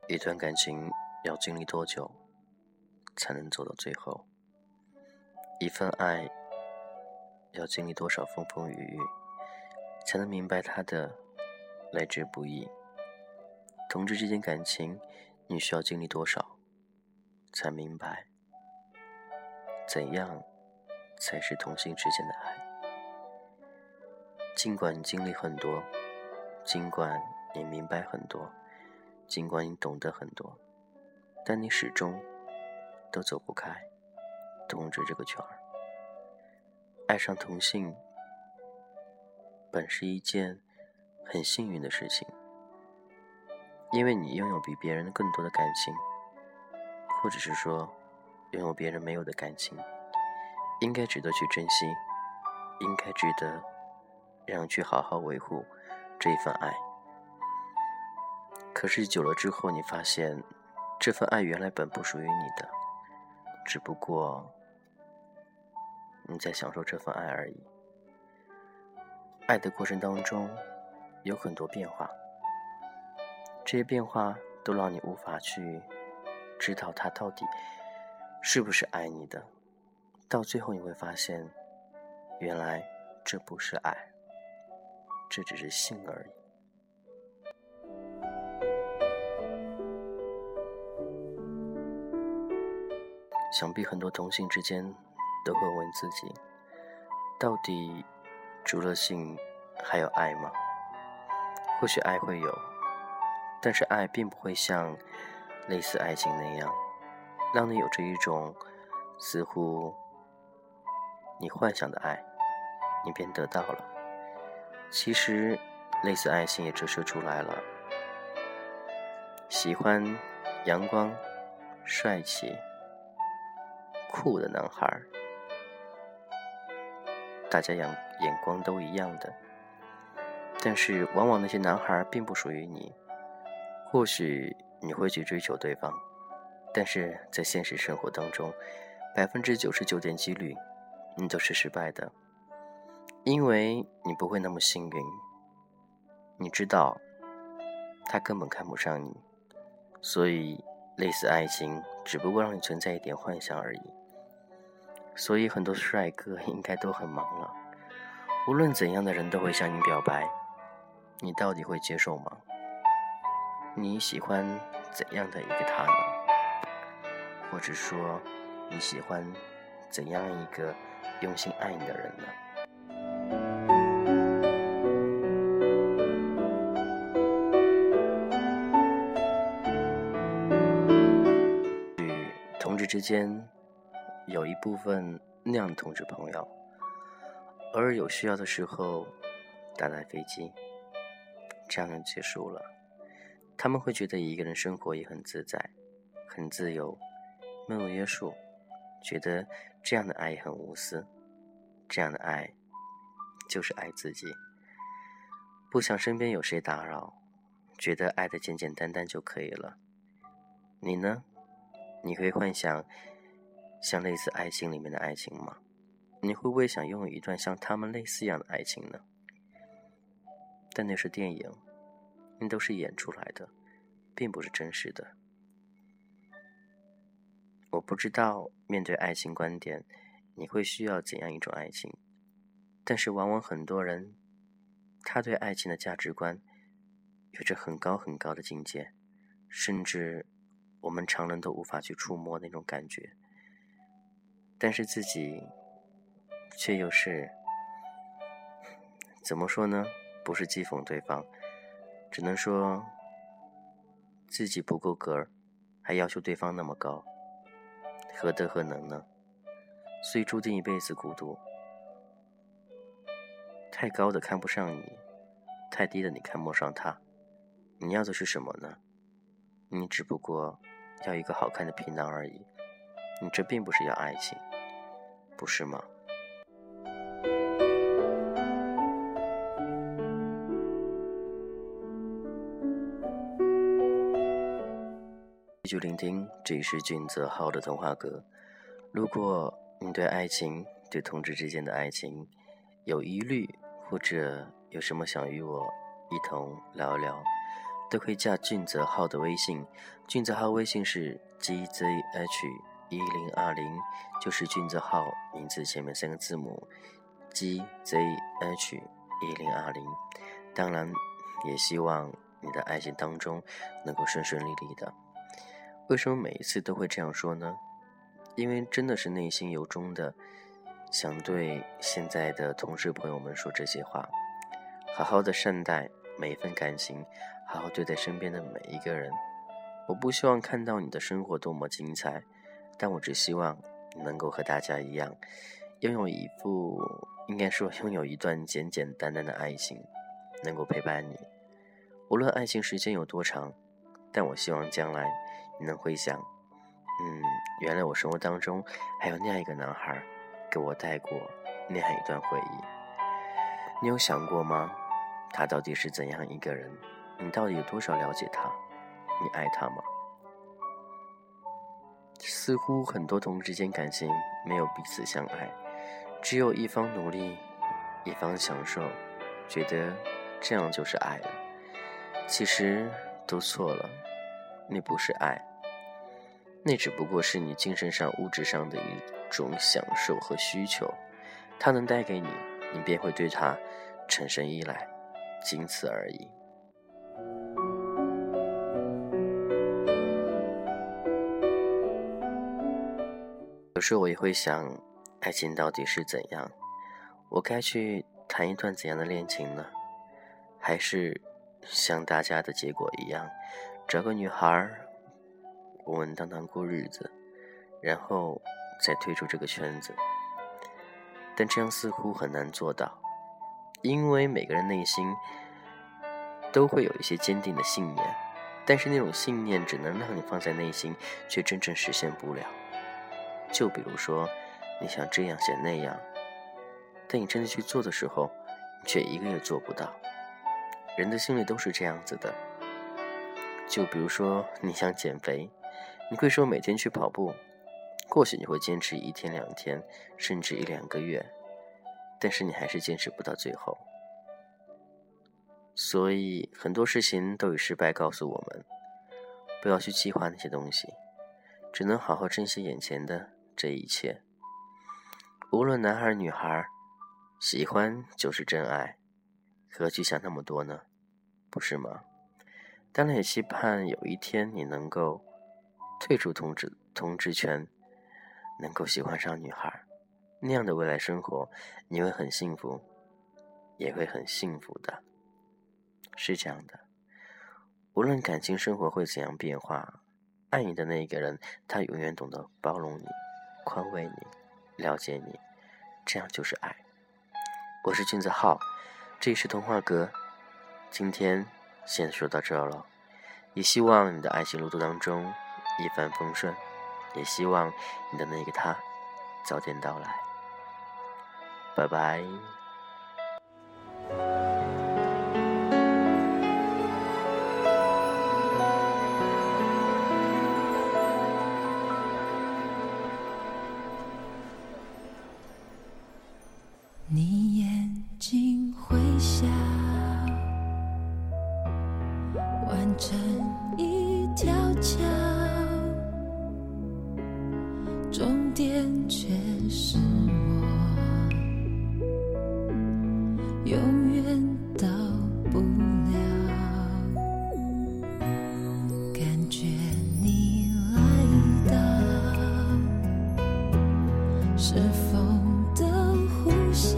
一段感情要经历多久才能走到最后？一份爱要经历多少风风雨雨才能明白它的来之不易？同志之间感情，你需要经历多少才明白怎样才是同性之间的爱？尽管你经历很多，尽管你明白很多，尽管你懂得很多，但你始终都走不开同志这个圈儿。爱上同性本是一件很幸运的事情，因为你拥有比别人更多的感情，或者是说拥有别人没有的感情，应该值得去珍惜，应该值得让去好好维护这一份爱。可是久了之后，你发现这份爱原来本不属于你的，只不过你在享受这份爱而已。爱的过程当中有很多变化，这些变化都让你无法去知道他到底是不是爱你的。到最后你会发现，原来这不是爱，这只是性而已。想必很多同性之间都会问自己，到底除了性还有爱吗？或许爱会有，但是爱并不会像类似爱情那样让你有着一种似乎你幻想的爱你便得到了。其实类似爱情也折射出来了，喜欢阳光帅气酷的男孩，大家眼光都一样的，但是往往那些男孩并不属于你。或许你会去追求对方，但是在现实生活当中，99%点几率你都是失败的，因为你不会那么幸运。你知道他根本看不上你，所以类似爱情只不过让你存在一点幻想而已。所以很多帅哥应该都很忙了，无论怎样的人都会向你表白，你到底会接受吗？你喜欢怎样的一个他呢？或者说你喜欢怎样一个用心爱你的人呢？同志之间有一部分那样的同志朋友，偶尔有需要的时候打打飞机，这样就结束了。他们会觉得一个人生活也很自在很自由，没有约束，觉得这样的爱也很无私，这样的爱就是爱自己，不想身边有谁打扰，觉得爱的简简单单就可以了。你呢？你会幻想像类似爱情里面的爱情吗？你会不会想拥有一段像他们类似一样的爱情呢？但那是电影，那都是演出来的，并不是真实的。我不知道面对爱情观点你会需要怎样一种爱情，但是往往很多人他对爱情的价值观有着很高很高的境界，甚至我们常人都无法去触摸那种感觉，但是自己却又是怎么说呢？不是讥讽对方，只能说自己不够格，还要求对方那么高，何德何能呢？所以注定一辈子孤独。太高的看不上你，太低的你看不上他，你要的是什么呢？你只不过要一个好看的皮囊而已，你这并不是要爱情，不是吗？继续聆听，这里是俊泽浩的童话阁。如果你对爱情，对同志之间的爱情有疑虑，或者有什么想与我一同聊一聊， 都可以加俊泽浩的微信，俊泽浩微信是 GZH1020，就是俊泽浩名字前面3个字母 GZH1020。当然也希望你的爱情当中能够顺顺利利的。为什么每一次都会这样说呢？因为真的是内心由衷的想对现在的同事朋友们说这些话，好好的善待每一份感情，好好对待身边的每一个人。我不希望看到你的生活多么精彩，但我只希望你能够和大家一样，拥有一段简简单单的爱情，能够陪伴你。无论爱情时间有多长，但我希望将来你能回想，原来我生活当中还有那样一个男孩给我带过那样一段回忆。你有想过吗？他到底是怎样一个人？你到底有多少了解他？你爱他吗？似乎很多同志间感情没有彼此相爱，只有一方努力，一方享受，觉得这样就是爱了。其实都错了，那不是爱，那只不过是你精神上物质上的一种享受和需求，它能带给你，你便会对它产生依赖，仅此而已。有时候我也会想，爱情到底是怎样？我该去谈一段怎样的恋情呢？还是像大家的结果一样，找个女孩稳稳当当过日子，然后再退出这个圈子？但这样似乎很难做到，因为每个人内心都会有一些坚定的信念，但是那种信念只能让你放在内心，却真正实现不了。就比如说你想这样想那样，但你真的去做的时候，你却一个也做不到。人的心里都是这样子的。就比如说你想减肥，你会说每天去跑步，或许你会坚持1天2天，甚至1-2个月，但是你还是坚持不到最后。所以很多事情都以失败告诉我们，不要去计划那些东西，只能好好珍惜眼前的这一切。无论男孩女孩，喜欢就是真爱，何须想那么多呢？不是吗？当然也期盼有一天你能够退出同志圈，能够喜欢上女孩，那样的未来生活你会很幸福，也会很幸福的。是这样的，无论感情生活会怎样变化，爱你的那一个人，他永远懂得包容你，宽慰你，了解你，这样就是爱。我是俊子浩，这里是童话阁，今天先说到这儿了。也希望你的爱情路途当中一帆风顺，也希望你的那个他早点到来。拜拜。 你眼睛会笑，完成一条桥，终点却是我，永远到不了。感觉你来到，是风的呼啸，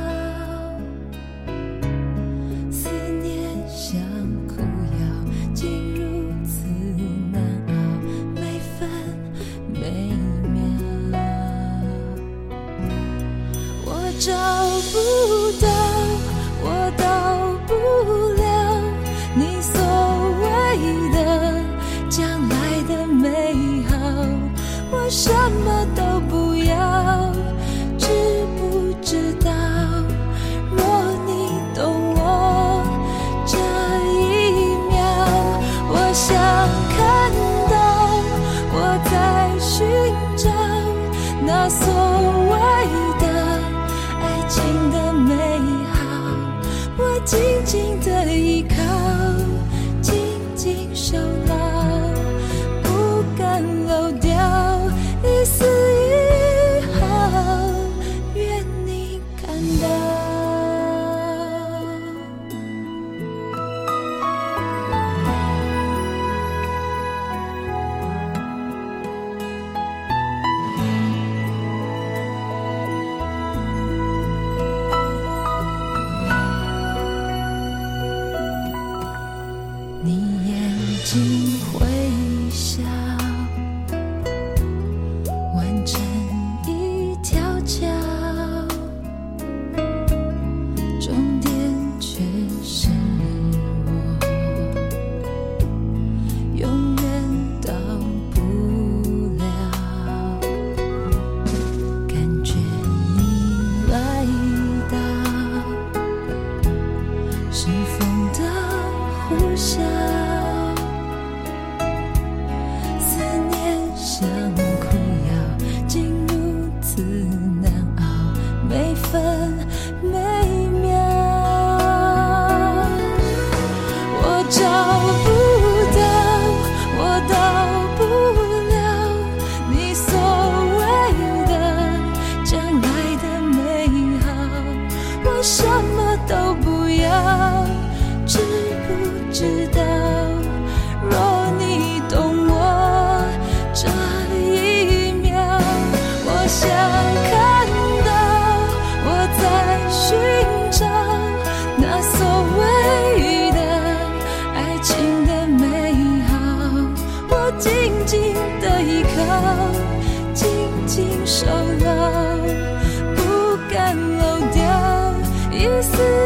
思念像苦药，竟如此难熬，每分每秒。我找不到，我到不了你所谓的将来的美好，我什么都不要，知不知道，若你懂我这一秒，我想看到我在寻找那所谓的爱情的美好，我紧紧的依靠，紧分美妙。我找不到，我到不了你所谓的将来的美好，我什么都不要，知不知道？若你懂我这一秒，我想看到我在寻找那所谓的爱情的美好，我紧紧的依靠，紧紧守牢，不敢漏掉一丝